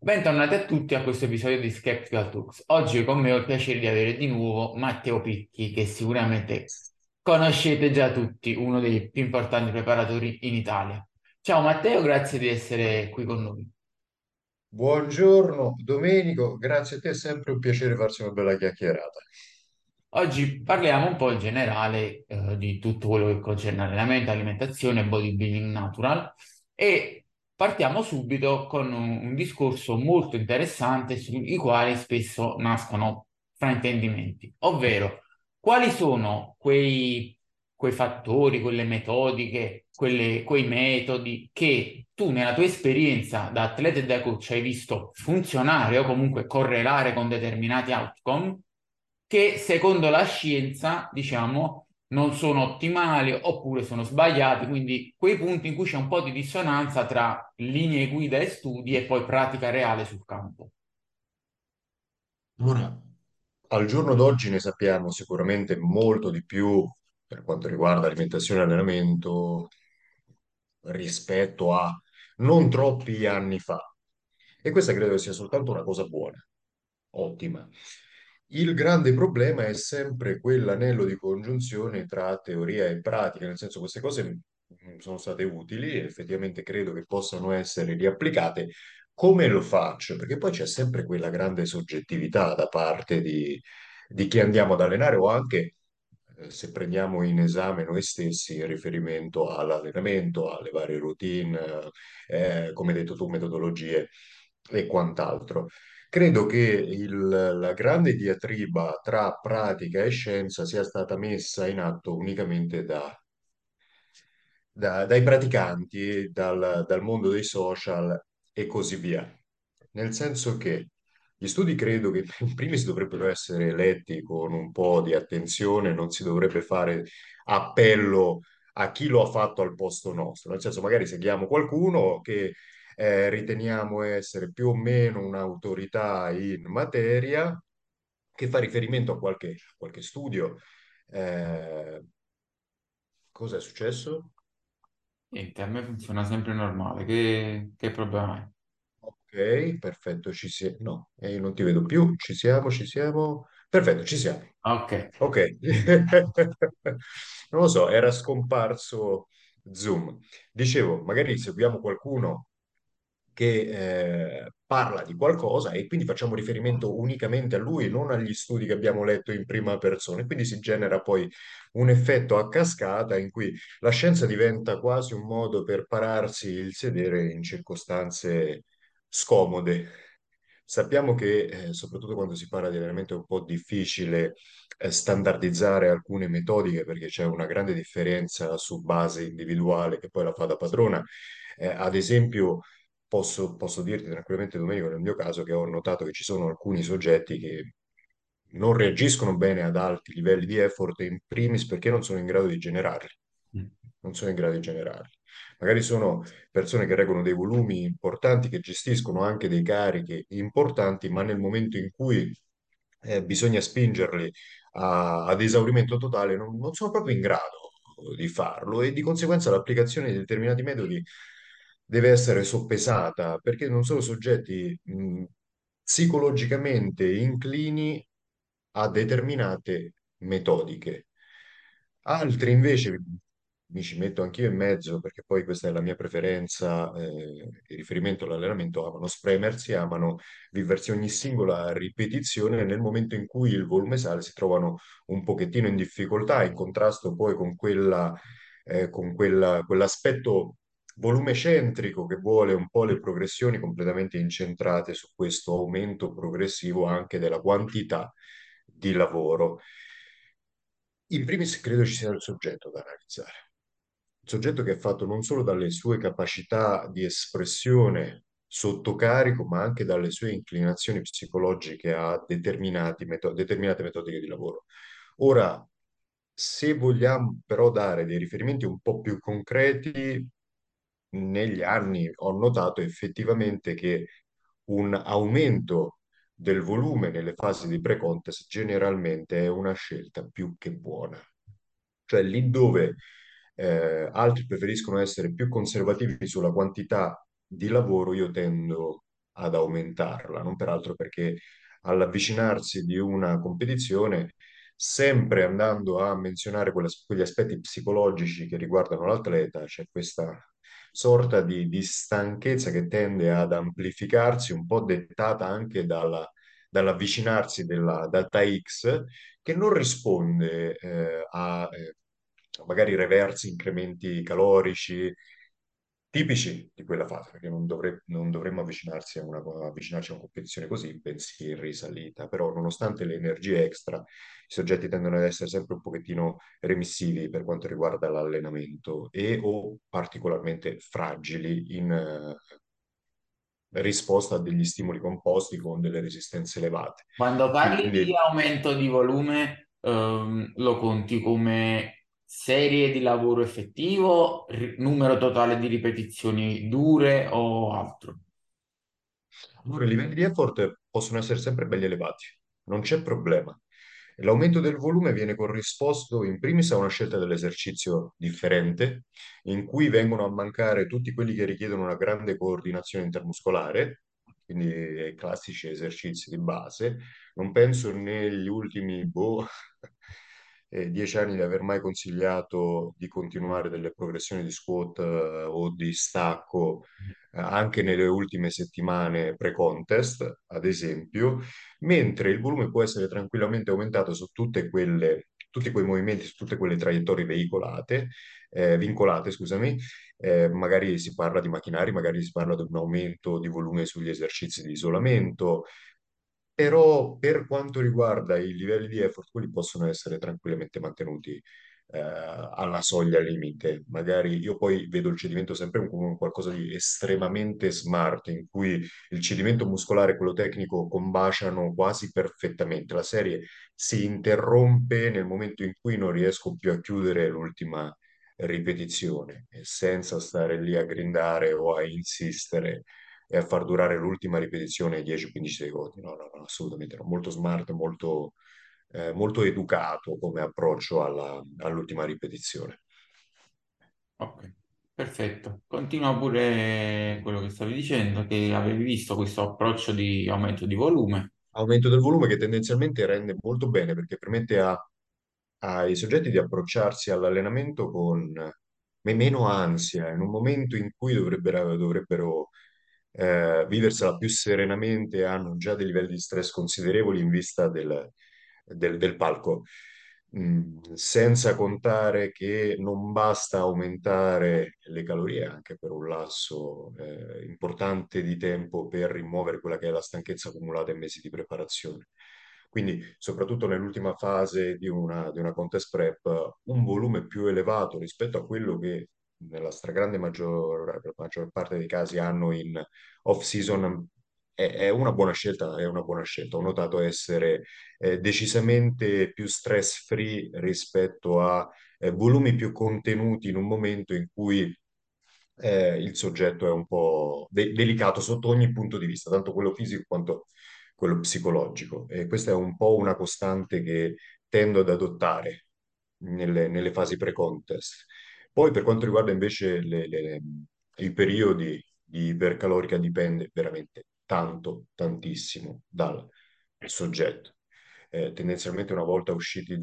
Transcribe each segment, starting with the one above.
Bentornati a tutti a questo episodio di Skeptical Talks. Oggi con me ho il piacere di avere di nuovo Matteo Picchi, che sicuramente conoscete già tutti, uno dei più importanti preparatori in Italia. Ciao Matteo, grazie di essere qui con noi. Buongiorno Domenico, grazie a te, è sempre un piacere farsi una bella chiacchierata. Oggi parliamo un po' in generale di tutto quello che concerne allenamento, alimentazione, bodybuilding natural e partiamo subito con un discorso molto interessante sui quali spesso nascono fraintendimenti, ovvero quali sono quei fattori, quelle metodiche, quei metodi che tu nella tua esperienza da atleta e da coach hai visto funzionare o comunque correlare con determinati outcome che secondo la scienza, diciamo, non sono ottimali oppure sono sbagliati, quindi quei punti in cui c'è un po' di dissonanza tra linee guida e studi e poi pratica reale sul campo. Ora, al giorno d'oggi ne sappiamo sicuramente molto di più per quanto riguarda alimentazione e allenamento rispetto a non troppi anni fa. E questa credo sia soltanto una cosa buona, ottima. Il grande problema è sempre quell'anello di congiunzione tra teoria e pratica, nel senso queste cose sono state utili e effettivamente credo che possano essere riapplicate. Come lo faccio? Perché poi c'è sempre quella grande soggettività da parte di chi andiamo ad allenare o anche se prendiamo in esame noi stessi in riferimento all'allenamento, alle varie routine, come hai detto tu, metodologie e quant'altro. Credo che la grande diatriba tra pratica e scienza sia stata messa in atto unicamente dai praticanti, dal mondo dei social e così via. Nel senso che gli studi credo che in primis dovrebbero essere letti con un po' di attenzione, non si dovrebbe fare appello a chi lo ha fatto al posto nostro, nel senso magari seguiamo qualcuno che riteniamo essere più o meno un'autorità in materia, che fa riferimento a qualche studio. Eh, Cosa è successo? Niente, a me funziona sempre normale, che problema è? Ok, perfetto, ci siamo. No, io non ti vedo più. Ci siamo, ci siamo. Perfetto, ci siamo. Ok. Ok. Non lo so, era scomparso Zoom. Dicevo, magari seguiamo qualcuno che parla di qualcosa e quindi facciamo riferimento unicamente a lui, non agli studi che abbiamo letto in prima persona. E quindi si genera poi un effetto a cascata in cui la scienza diventa quasi un modo per pararsi il sedere in circostanze scomode. Sappiamo che, soprattutto quando si parla di allenamento, è un po' difficile standardizzare alcune metodiche perché c'è una grande differenza su base individuale che poi la fa da padrona. Ad esempio, posso dirti tranquillamente, Domenico, nel mio caso, che ho notato che ci sono alcuni soggetti che non reagiscono bene ad alti livelli di effort, in primis perché non sono in grado di generarli. Non sono in grado di generarli. Magari sono persone che reggono dei volumi importanti, che gestiscono anche dei carichi importanti, ma nel momento in cui bisogna spingerli ad esaurimento totale, non sono proprio in grado di farlo e di conseguenza l'applicazione di determinati metodi deve essere soppesata perché non sono soggetti psicologicamente inclini a determinate metodiche. Altri invece, mi ci metto anch'io in mezzo perché poi questa è la mia preferenza di riferimento all'allenamento, amano spremersi, amano viversi ogni singola ripetizione e nel momento in cui il volume sale si trovano un pochettino in difficoltà, in contrasto poi con quell'aspetto volume centrico che vuole un po' le progressioni completamente incentrate su questo aumento progressivo anche della quantità di lavoro. In primis credo ci sia il soggetto da analizzare. Il soggetto che è fatto non solo dalle sue capacità di espressione sotto carico, ma anche dalle sue inclinazioni psicologiche a determinate metodiche di lavoro. Ora, se vogliamo però dare dei riferimenti un po' più concreti, negli anni ho notato effettivamente che un aumento del volume nelle fasi di pre-contest generalmente è una scelta più che buona. Cioè lì dove altri preferiscono essere più conservativi sulla quantità di lavoro, io tendo ad aumentarla, non peraltro perché all'avvicinarsi di una competizione, sempre andando a menzionare quegli aspetti psicologici che riguardano l'atleta, c'è questa sorta di stanchezza che tende ad amplificarsi, un po' dettata anche dall'avvicinarsi della data X, che non risponde a magari reversi incrementi calorici tipici di quella fase, perché non dovremmo avvicinarci a una competizione così, bensì in risalita. Però, nonostante le energie extra, i soggetti tendono ad essere sempre un pochettino remissivi per quanto riguarda l'allenamento e o particolarmente fragili in risposta a degli stimoli composti con delle resistenze elevate. Quando parli di Quindi aumento di volume, lo conti come serie di lavoro effettivo, numero totale di ripetizioni dure o altro? allora, i livelli di effort possono essere sempre belli elevati, non c'è problema. L'aumento del volume viene corrisposto in primis a una scelta dell'esercizio differente, in cui vengono a mancare tutti quelli che richiedono una grande coordinazione intermuscolare, quindi i classici esercizi di base. Non penso negli ultimi 10 anni di aver mai consigliato di continuare delle progressioni di squat o di stacco anche nelle ultime settimane pre-contest, ad esempio, mentre il volume può essere tranquillamente aumentato su tutti quei movimenti, su tutte quelle traiettorie vincolate, scusami. Magari si parla di macchinari, magari si parla di un aumento di volume sugli esercizi di isolamento, però per quanto riguarda i livelli di effort, quelli possono essere tranquillamente mantenuti alla soglia limite. Magari io poi vedo il cedimento sempre come un qualcosa di estremamente smart, in cui il cedimento muscolare e quello tecnico combaciano quasi perfettamente. La serie si interrompe nel momento in cui non riesco più a chiudere l'ultima ripetizione, e senza stare lì a grindare o a insistere e a far durare l'ultima ripetizione 10-15 secondi. No, no, no, assolutamente no. Molto smart, molto educato come approccio all'ultima ripetizione. Ok, perfetto. Continua pure quello che stavi dicendo, che avevi visto questo approccio di aumento di volume. Aumento del volume che tendenzialmente rende molto bene perché permette ai soggetti di approcciarsi all'allenamento con meno ansia, in un momento in cui dovrebbero viversela più serenamente, hanno già dei livelli di stress considerevoli in vista del palco. Senza contare che non basta aumentare le calorie anche per un lasso importante di tempo per rimuovere quella che è la stanchezza accumulata in mesi di preparazione. Quindi, soprattutto nell'ultima fase di una contest prep, un volume più elevato rispetto a quello che nella stragrande maggior parte dei casi hanno in off-season è una buona scelta, è una buona scelta. Ho notato essere decisamente più stress-free rispetto a volumi più contenuti in un momento in cui il soggetto è un po' delicato sotto ogni punto di vista, tanto quello fisico quanto quello psicologico. E questa è un po' una costante che tendo ad adottare nelle fasi pre-contest. Poi per quanto riguarda invece i periodi di ipercalorica dipende veramente tanto, tantissimo dal soggetto. Tendenzialmente una volta usciti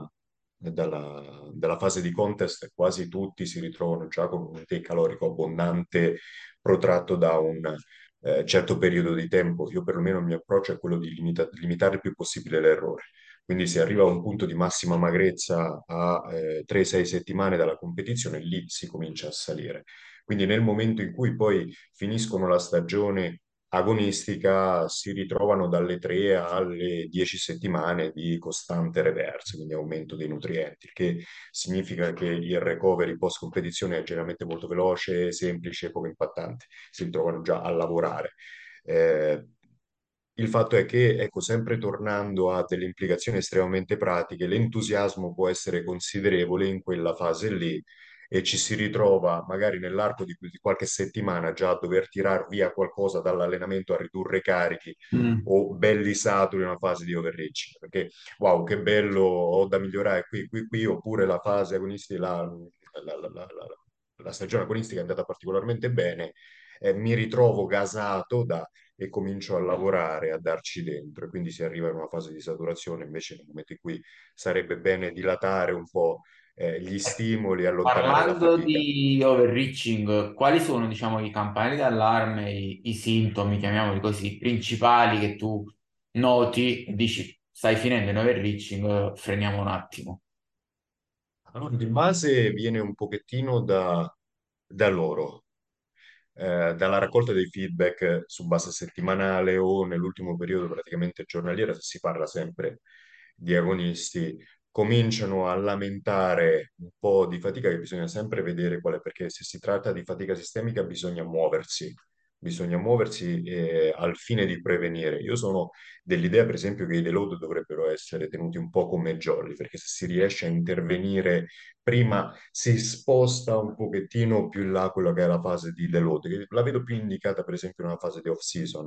dalla fase di contest, quasi tutti si ritrovano già con un intake calorico abbondante protratto da un certo periodo di tempo. Io perlomeno il mio approccio è quello di limitare il più possibile l'errore. Quindi si arriva a un punto di massima magrezza a 3-6 settimane dalla competizione, lì si comincia a salire. Quindi nel momento in cui poi finiscono la stagione agonistica, si ritrovano dalle 3 alle 10 settimane di costante reverse, quindi aumento dei nutrienti, il che significa che il recovery post competizione è generalmente molto veloce, semplice e poco impattante. Si ritrovano già a lavorare. Eh, il fatto è che, ecco, sempre tornando a delle implicazioni estremamente pratiche, l'entusiasmo può essere considerevole in quella fase lì e ci si ritrova magari nell'arco di qualche settimana già a dover tirar via qualcosa dall'allenamento a ridurre i carichi Mm. o belli saturi in una fase di overreaching, perché wow, che bello, ho da migliorare qui, qui, qui, oppure la fase agonisti là. la stagione agonistica è andata particolarmente bene, mi ritrovo gasato e comincio a lavorare, a darci dentro, e quindi si arriva in una fase di saturazione, invece nel momento in cui sarebbe bene dilatare un po' gli stimoli e allontanare la Parlando fatica. di overreaching, quali sono, diciamo, i campanelli d'allarme, i sintomi, chiamiamoli così, principali che tu noti e dici stai finendo in overreaching, freniamo un attimo. Allora, di base viene un pochettino da loro, dalla raccolta dei feedback su base settimanale o nell'ultimo periodo praticamente giornaliera, se si parla sempre di agonisti, cominciano a lamentare un po' di fatica che bisogna sempre vedere qual è, perché se si tratta di fatica sistemica bisogna muoversi al fine di prevenire. Io sono dell'idea, per esempio, che i deload dovrebbero essere tenuti un po' come jolly, perché se si riesce a intervenire prima si sposta un pochettino più in là quella che è la fase di deload, che la vedo più indicata per esempio in una fase di off-season,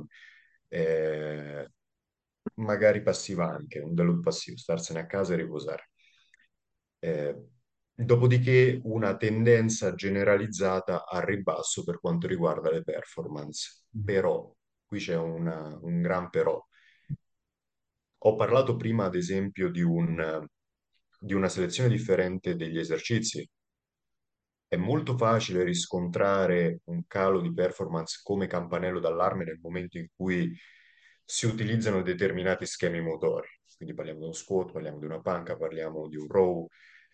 eh, magari passiva anche, un deload passivo, starsene a casa e riposare. Eh, Dopodiché una tendenza generalizzata al ribasso per quanto riguarda le performance. Però, qui c'è un gran però. Ho parlato prima, ad esempio, di una selezione differente degli esercizi. È molto facile riscontrare un calo di performance come campanello d'allarme nel momento in cui si utilizzano determinati schemi motori. Quindi parliamo di uno squat, parliamo di una panca, parliamo di un row.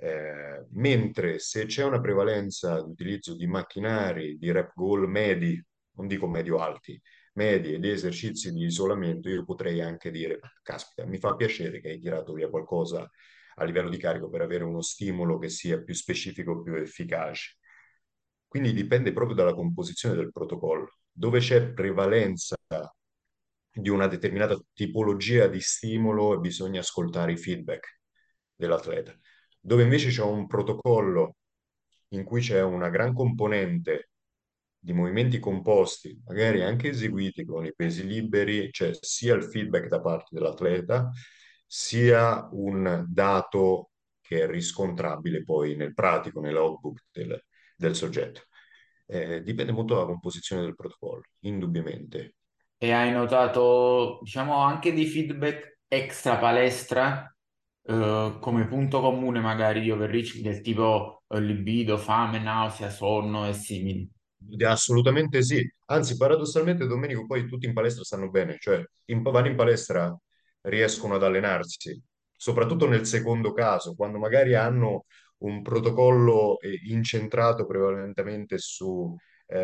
Mentre se c'è una prevalenza di utilizzo di macchinari, di rep goal medi, non dico medio-alti, medi e di esercizi di isolamento, io potrei anche dire, caspita, mi fa piacere che hai tirato via qualcosa a livello di carico per avere uno stimolo che sia più specifico, più efficace. Quindi dipende proprio dalla composizione del protocollo. Dove c'è prevalenza di una determinata tipologia di stimolo, bisogna ascoltare i feedback dell'atleta. Dove invece c'è un protocollo in cui c'è una gran componente di movimenti composti, magari anche eseguiti con i pesi liberi, c'è sia il feedback da parte dell'atleta, sia un dato che è riscontrabile poi nel pratico, nell'output del soggetto. Dipende molto dalla composizione del protocollo, indubbiamente. E hai notato, diciamo, anche dei feedback extra palestra, come punto comune magari di overreaching del tipo libido, fame, nausea, sonno e simili. Assolutamente sì. Anzi, paradossalmente, Domenico, poi tutti in palestra stanno bene, cioè vanno in palestra, riescono ad allenarsi, soprattutto nel secondo caso, quando magari hanno un protocollo incentrato prevalentemente su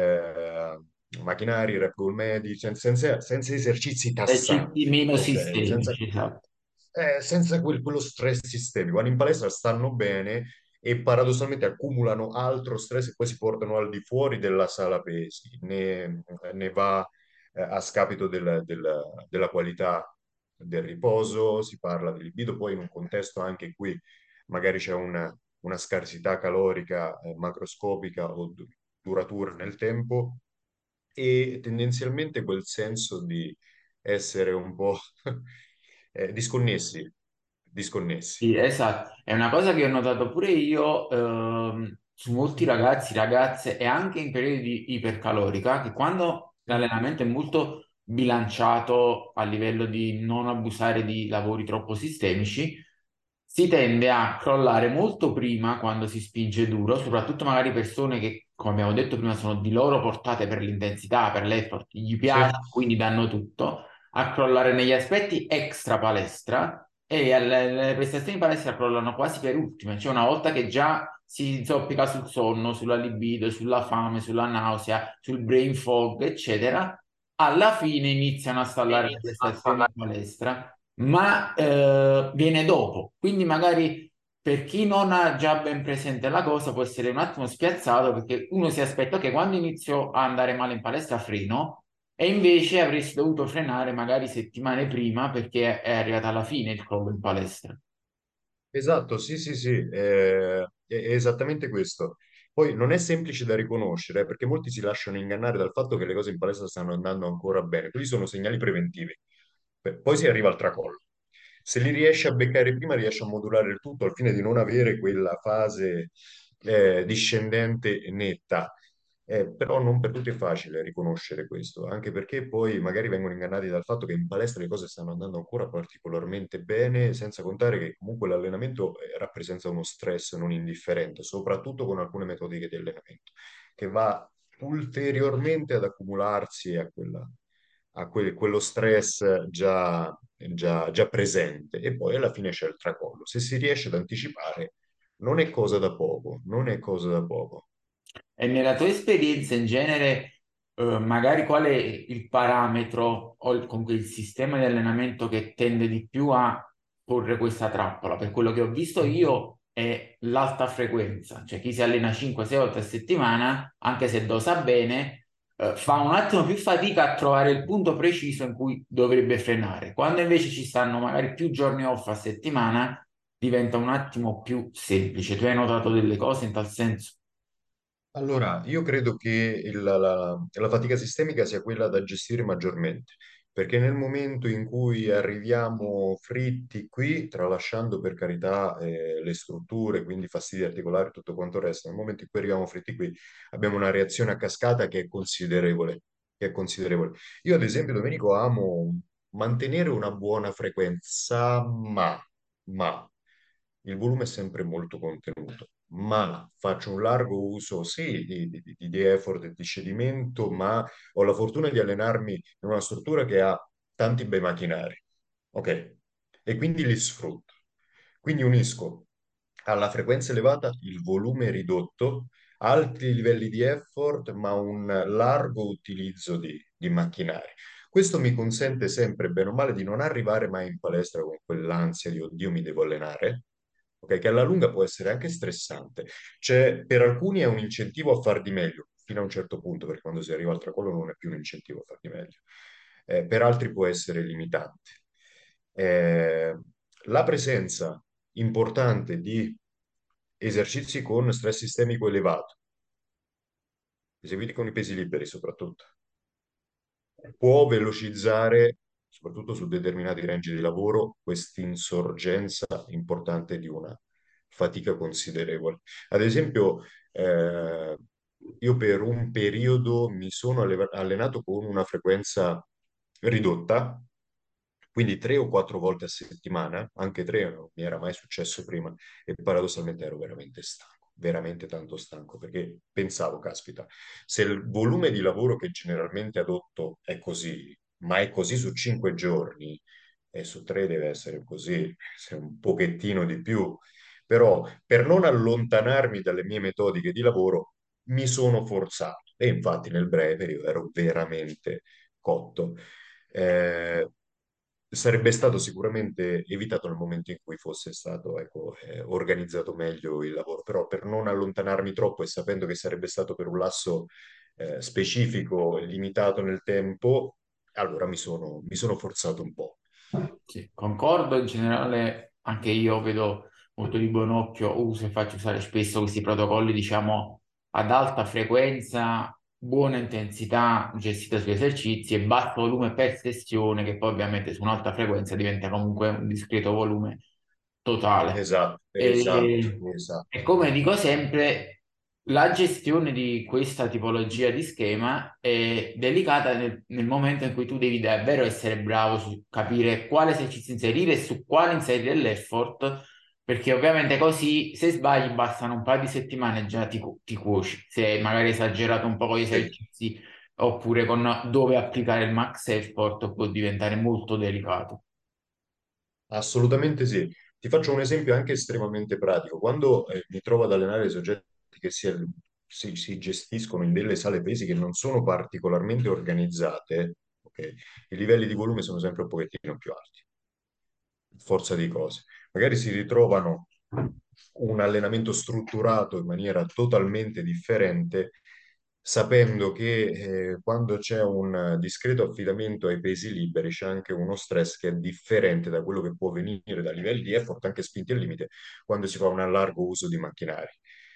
macchinari, rep goal medi, senza esercizi Eccezionali tassanti, meno ok? sistemici, esatto. Senza quello stress sistemico. Vanno in palestra, stanno bene e paradossalmente accumulano altro stress e poi si portano al di fuori della sala pesi, ne va a scapito della qualità del riposo, si parla di libido, poi in un contesto anche qui magari c'è una scarsità calorica macroscopica o duratura nel tempo e tendenzialmente quel senso di essere un po' disconnessi, disconnessi. Sì, esatto, è una cosa che ho notato pure io su molti ragazzi, ragazze e anche in periodi di ipercalorica, che quando Sì, l'allenamento è molto bilanciato a livello di non abusare di lavori troppo sistemici, si tende a crollare molto prima quando si spinge duro, soprattutto magari persone che, come abbiamo detto prima, sono di loro portate per l'intensità, per l'effort, gli sì. piace, quindi danno tutto, a crollare negli aspetti extra palestra e le prestazioni in palestra crollano quasi per ultime, cioè una volta che già si zoppica sul sonno, sulla libido, sulla fame, sulla nausea, sul brain fog, eccetera, alla fine iniziano a stallare le prestazioni in palestra, ma viene dopo. Quindi magari per chi non ha già ben presente la cosa può essere un attimo spiazzato perché uno si aspetta che quando inizio a andare male in palestra freno e invece avresti dovuto frenare magari settimane prima perché è arrivata alla fine il crollo in palestra. Esatto, sì, sì, sì, è esattamente questo. Poi non è semplice da riconoscere, perché molti si lasciano ingannare dal fatto che le cose in palestra stanno andando ancora bene. Quelli sono segnali preventivi. Poi si arriva al tracollo. Se li riesci a beccare prima, riesci a modulare il tutto al fine di non avere quella fase discendente netta. Però non per tutti è facile riconoscere questo, anche perché poi magari vengono ingannati dal fatto che in palestra le cose stanno andando ancora particolarmente bene, senza contare che comunque l'allenamento rappresenta uno stress non indifferente, soprattutto con alcune metodiche di allenamento, che va ulteriormente ad accumularsi quello stress già presente e poi alla fine c'è il tracollo. Se si riesce ad anticipare, non è cosa da poco, non è cosa da poco. E nella tua esperienza in genere, magari qual è il parametro o comunque il sistema di allenamento che tende di più a porre questa trappola? Per quello che ho visto io è l'alta frequenza, cioè chi si allena 5-6 volte a settimana, anche se dosa bene, fa un attimo più fatica a trovare il punto preciso in cui dovrebbe frenare. Quando invece ci stanno magari più giorni off a settimana, diventa un attimo più semplice. Tu hai notato delle cose in tal senso? Allora, io credo che la fatica sistemica sia quella da gestire maggiormente, perché nel momento in cui arriviamo fritti qui, tralasciando per carità le strutture, quindi fastidi articolari e tutto quanto il resto, nel momento in cui arriviamo fritti qui, abbiamo una reazione a cascata che è considerevole, che è considerevole. Io, ad esempio, Domenico, amo mantenere una buona frequenza, ma il volume è sempre molto contenuto, ma faccio un largo uso, sì, di effort e di cedimento, ma ho la fortuna di allenarmi in una struttura che ha tanti bei macchinari, ok? E quindi li sfrutto. Quindi unisco alla frequenza elevata il volume ridotto, alti livelli di effort, ma un largo utilizzo di macchinari. Questo mi consente sempre, bene o male, di non arrivare mai in palestra con quell'ansia di oddio, mi devo allenare, ok? Che alla lunga può essere anche stressante. Cioè, per alcuni è un incentivo a far di meglio, fino a un certo punto, perché quando si arriva al tracollo non è più un incentivo a far di meglio. Per altri può essere limitante. Eh, la presenza importante di esercizi con stress sistemico elevato, eseguiti con i pesi liberi soprattutto, può velocizzare, soprattutto su determinati range di lavoro, quest'insorgenza importante di una fatica considerevole. Ad esempio, io per un periodo mi sono allenato con una frequenza ridotta, quindi 3 o 4 volte a settimana, anche tre non mi era mai successo prima, e paradossalmente ero veramente stanco, veramente tanto stanco, perché pensavo, caspita, se il volume di lavoro che generalmente adotto è così, ma è così su 5 giorni, e su 3 deve essere così, se un pochettino di più, però per non allontanarmi dalle mie metodiche di lavoro mi sono forzato e infatti nel breve periodo ero veramente cotto. Eh, Sarebbe stato sicuramente evitato nel momento in cui fosse stato, ecco, organizzato meglio il lavoro, però per non allontanarmi troppo e sapendo che sarebbe stato per un lasso specifico, limitato nel tempo, allora mi sono forzato un po'. Sì, concordo, in generale anche io vedo molto di buon occhio, uso e faccio usare spesso questi protocolli, diciamo, ad alta frequenza, buona intensità gestita sugli esercizi e basso volume per sessione, che poi ovviamente su un'alta frequenza diventa comunque un discreto volume totale. Esatto, esatto, E, e esatto. come dico sempre, la gestione di questa tipologia di schema è delicata nel momento in cui tu devi davvero essere bravo su capire quale esercizio inserire e su quale inserire l'effort, perché ovviamente così se sbagli bastano un paio di settimane e già ti cuoci, se hai magari esagerato un po' con gli Sì. esercizi oppure con dove applicare il max effort può diventare molto delicato. Assolutamente sì. Ti faccio un esempio anche estremamente pratico. Quando mi trovo ad allenare soggetti che si gestiscono in delle sale pesi che non sono particolarmente organizzate, ok, i livelli di volume sono sempre un pochettino più alti, forza di cose. Magari si ritrovano un allenamento strutturato in maniera totalmente differente, sapendo che quando c'è un discreto affidamento ai pesi liberi c'è anche uno stress che è differente da quello che può venire da livelli di effort anche spinti al limite quando si fa un largo uso di macchinari.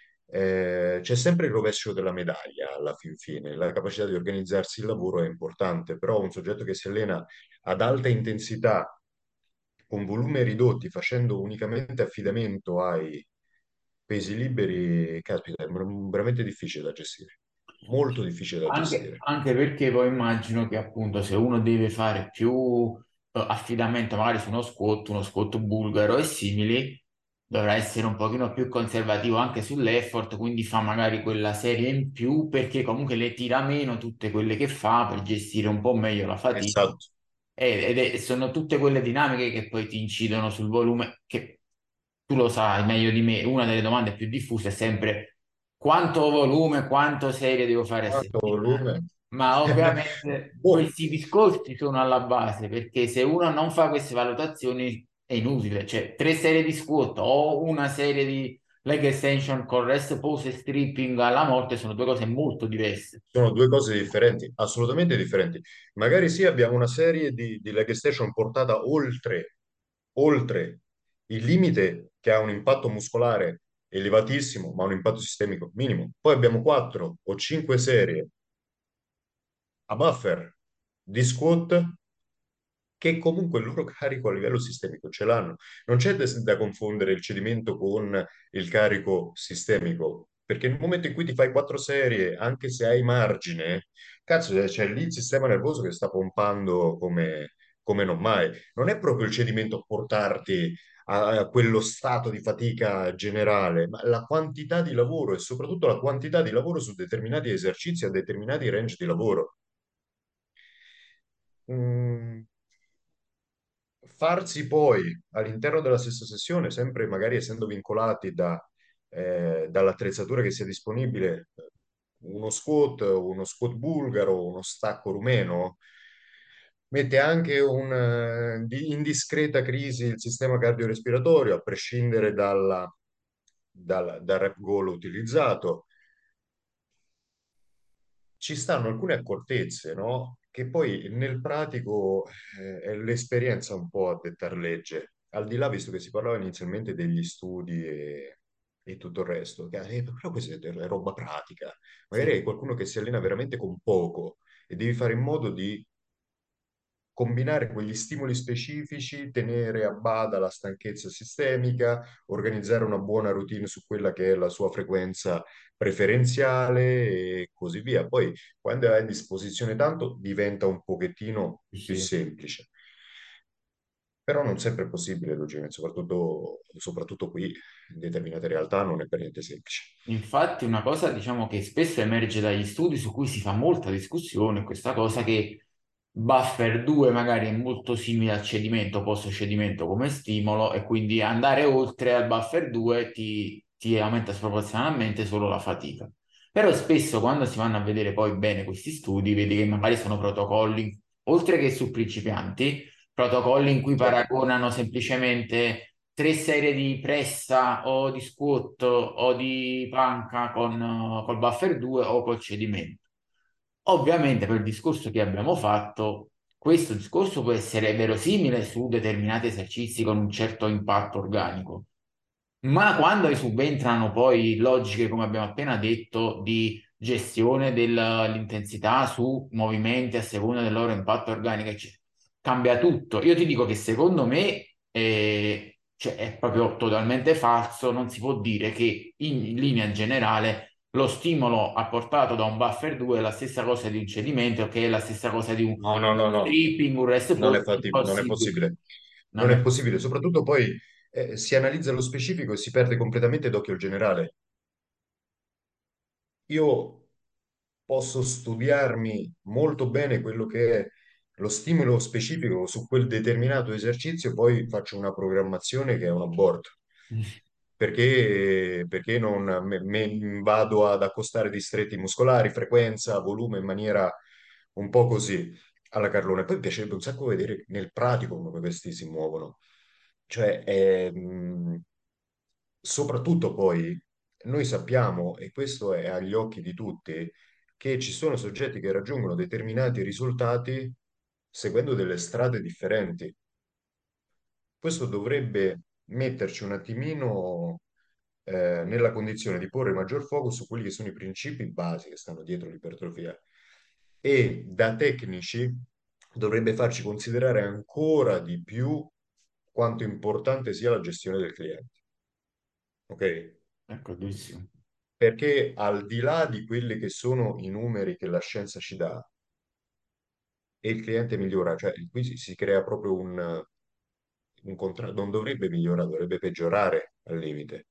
C'è sempre il rovescio della medaglia alla fin fine, la capacità di organizzarsi il lavoro è importante, però un soggetto che si allena ad alta intensità, con volumi ridotti, facendo unicamente affidamento ai pesi liberi, caspita, è veramente difficile da gestire, molto difficile da gestire. Anche perché poi immagino che appunto se uno deve fare più affidamento magari su uno squat bulgaro e simili, dovrà essere un pochino più conservativo anche sull'effort, quindi fa magari quella serie in più perché comunque le tira meno tutte quelle che fa per gestire un po' meglio la fatica. Esatto. Sono tutte quelle dinamiche che poi ti incidono sul volume, che tu lo sai meglio di me, una delle domande più diffuse è sempre quanto volume, quanto serie devo fare a Quanto settimana. volume? Ma ovviamente Boh, questi discorsi sono alla base, perché se uno non fa queste valutazioni è inutile, cioè tre serie di squat o una serie di leg extension con rest pose e stripping alla morte sono due cose molto diverse. sono due cose differenti, assolutamente differenti. Magari sì, abbiamo una serie di leg extension portata oltre il limite che ha un impatto muscolare elevatissimo, ma un impatto sistemico minimo. Poi abbiamo quattro o cinque serie a buffer di squat che comunque il loro carico a livello sistemico ce l'hanno. Non c'è da confondere il cedimento con il carico sistemico, perché nel momento in cui ti fai quattro serie, anche se hai margine, cazzo, c'è lì il sistema nervoso che sta pompando come non mai. Non è proprio il cedimento a portarti a quello stato di fatica generale, ma la quantità di lavoro e soprattutto la quantità di lavoro su determinati esercizi a determinati range di lavoro. Mm, farsi poi all'interno della stessa sessione, sempre magari essendo vincolati dall'attrezzatura che sia disponibile, uno squat bulgaro, uno stacco rumeno, mette anche di indiscreta crisi il sistema cardiorespiratorio, a prescindere dal rep goal utilizzato. Ci stanno alcune accortezze, no? Che poi nel pratico è l'esperienza un po' a dettar legge. Al di là, visto che si parlava inizialmente degli studi e tutto il resto, però questa è roba pratica. Magari Sì. hai qualcuno che si allena veramente con poco e devi fare in modo di combinare quegli stimoli specifici, tenere a bada la stanchezza sistemica, organizzare una buona routine su quella che è la sua frequenza preferenziale e così via. Poi, quando hai a disposizione tanto, diventa un pochettino più Sì. semplice. Però non sempre è possibile, logicamente, soprattutto qui, in determinate realtà, non è per niente semplice. Infatti, una cosa diciamo che spesso emerge dagli studi su cui si fa molta discussione è questa cosa che buffer 2 magari è molto simile al cedimento, post cedimento come stimolo e quindi andare oltre al buffer 2 ti aumenta sproporzionalmente solo la fatica. Però spesso quando si vanno a vedere poi bene questi studi, vedi che magari sono protocolli, oltre che su principianti, protocolli in cui Certo. paragonano semplicemente tre serie di pressa o di squat o di panca col buffer 2 o col cedimento. Ovviamente per il discorso che abbiamo fatto, questo discorso può essere verosimile su determinati esercizi con un certo impatto organico, ma quando subentrano poi logiche, come abbiamo appena detto, di gestione dell'intensità su movimenti a seconda del loro impatto organico, eccetera, cambia tutto. Io ti dico che secondo me cioè, è proprio totalmente falso, non si può dire che in linea generale lo stimolo apportato da un buffer 2 è la stessa cosa di un cedimento, che è la stessa cosa di un No, no, no, no, stripping, un rest non è pause, è fattibile, non è impossibile. possibile. Non Non è è possibile. Soprattutto poi si analizza lo specifico e si perde completamente d'occhio il generale. Io posso studiarmi molto bene quello che è lo stimolo specifico su quel determinato esercizio, poi faccio una programmazione che è un aborto. Perché non vado ad accostare distretti muscolari, frequenza, volume in maniera un po' così alla Carlone. Poi mi piacerebbe un sacco vedere nel pratico come questi si muovono. Cioè, soprattutto poi noi sappiamo, e questo è agli occhi di tutti, che ci sono soggetti che raggiungono determinati risultati seguendo delle strade differenti. Questo dovrebbe metterci un attimino nella condizione di porre maggior focus su quelli che sono i principi basi che stanno dietro l'ipertrofia e da tecnici dovrebbe farci considerare ancora di più quanto importante sia la gestione del cliente. Ok? d'accordissimo. perché al di là di quelli che sono i numeri che la scienza ci dà, e il cliente migliora, cioè qui si crea proprio un contratto, non dovrebbe migliorare, dovrebbe peggiorare al limite.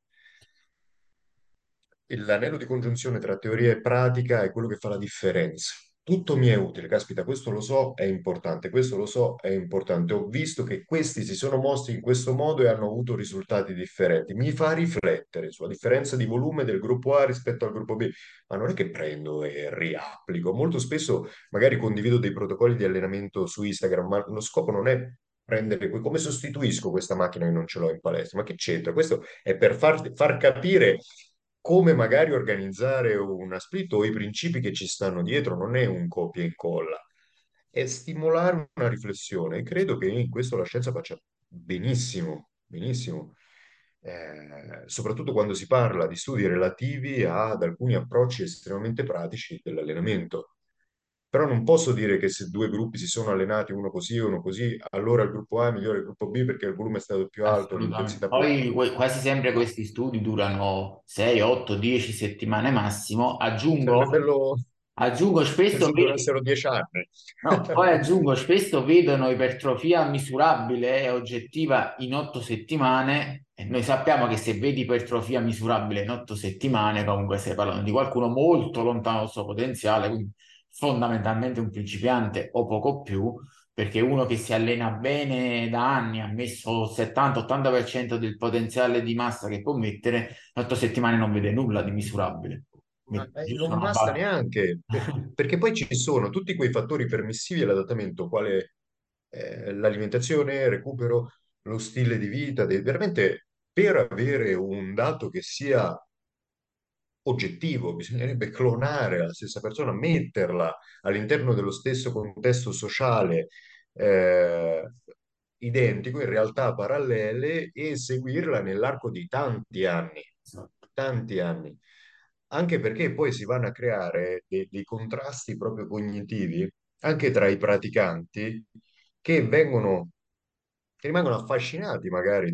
L'anello di congiunzione tra teoria e pratica è quello che fa la differenza. Tutto mi è utile, caspita, questo lo so, è importante, questo lo so, è importante. Ho visto che questi si sono mossi in questo modo e hanno avuto risultati differenti. Mi fa riflettere sulla differenza di volume del gruppo A rispetto al gruppo B, ma non è che prendo e riapplico. Molto spesso magari condivido dei protocolli di allenamento su Instagram, ma lo scopo non è prendere, come sostituisco questa macchina che non ce l'ho in palestra, ma che c'entra? Questo è per far capire come magari organizzare una split o i principi che ci stanno dietro, non è un copia e incolla, è stimolare una riflessione e credo che in questo la scienza faccia benissimo, benissimo. Soprattutto quando si parla di studi relativi ad alcuni approcci estremamente pratici dell'allenamento. Però non posso dire che se due gruppi si sono allenati, uno così e uno così, allora il gruppo A è migliore del gruppo B perché il volume è stato più alto, Assolutamente. l'intensità più alta. Poi quasi sempre questi studi durano 6, 8, 10 settimane massimo. Sarebbe bello Aggiungo spesso, se durassero 10 anni. no, poi aggiungo spesso vedono ipertrofia misurabile e oggettiva in 8 settimane. E noi sappiamo che se vedi ipertrofia misurabile in 8 settimane, comunque stai parlando di qualcuno molto lontano dal suo potenziale, quindi fondamentalmente un principiante o poco più, perché uno che si allena bene da anni ha messo 70-80% del potenziale di massa che può mettere, in 8 settimane non vede nulla di misurabile. Ma Giusto non una basta base. neanche, perché poi ci sono tutti quei fattori permissivi all'adattamento, quale l'alimentazione, il recupero, lo stile di vita, veramente per avere un dato che sia oggettivo, bisognerebbe clonare la stessa persona, metterla all'interno dello stesso contesto sociale eh, identico, in realtà parallele, e seguirla nell'arco di tanti anni. Anche perché poi si vanno a creare dei contrasti proprio cognitivi anche tra i praticanti che che rimangono affascinati magari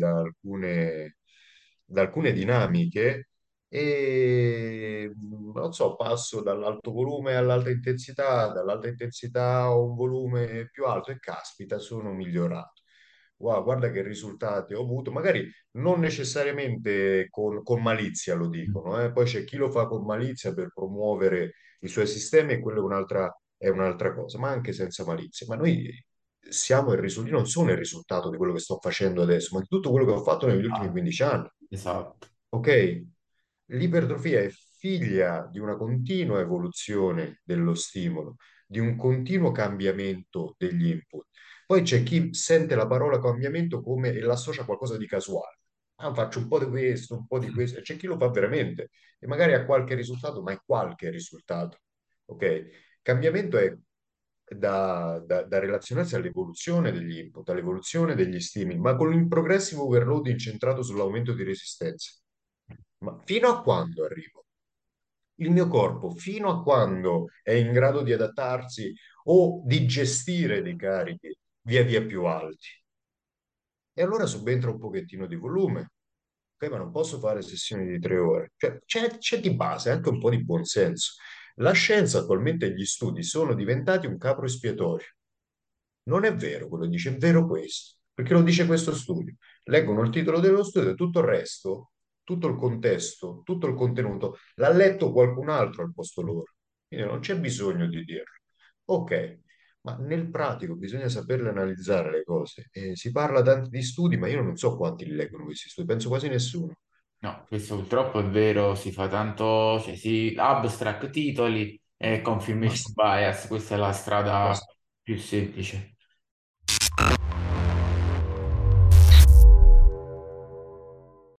da alcune dinamiche e non so, passo dall'alto volume all'alta intensità, dall'alta intensità a un volume più alto e caspita, sono migliorato. Wow, guarda che risultati ho avuto, magari non necessariamente con malizia lo dicono, eh. Poi c'è chi lo fa con malizia per promuovere i suoi sistemi e quello è un'altra cosa, ma anche senza malizia. Ma noi siamo il risultato, io non sono il risultato di quello che sto facendo adesso, ma di tutto quello che ho fatto negli ultimi Ah, 15 anni. esatto. Ok? L'ipertrofia è figlia di una continua evoluzione dello stimolo, di un continuo cambiamento degli input. Poi c'è chi sente la parola cambiamento come e l'associa a qualcosa di casuale. Ah, faccio un po' di questo, un po' di questo, e c'è chi lo fa veramente e magari ha qualche risultato, ma è qualche risultato. Ok? Cambiamento è da relazionarsi all'evoluzione degli input, all'evoluzione degli stimoli, ma con un progressive overload incentrato sull'aumento di resistenza. Ma fino a quando arrivo? Il mio corpo, fino a quando è in grado di adattarsi o di gestire dei carichi via via più alti? E allora subentra un pochettino di volume. Ok, ma non posso fare sessioni di 3 ore. Cioè, c'è di base anche un po' di buonsenso. La scienza attualmente e gli studi sono diventati un capro espiatorio. Non è vero quello che dice, è vero questo, perché lo dice questo studio. Leggono il titolo dello studio e tutto il resto, tutto il contesto, tutto il contenuto, l'ha letto qualcun altro al posto loro. Quindi non c'è bisogno di dirlo. Ok, ma nel pratico bisogna saperle analizzare le cose. Si parla tanto di studi, ma io non so quanti li leggono questi studi, penso quasi nessuno. No, questo purtroppo è vero, si fa tanto, cioè si abstract titoli e confirmation Basta, bias, questa è la strada basta. più semplice.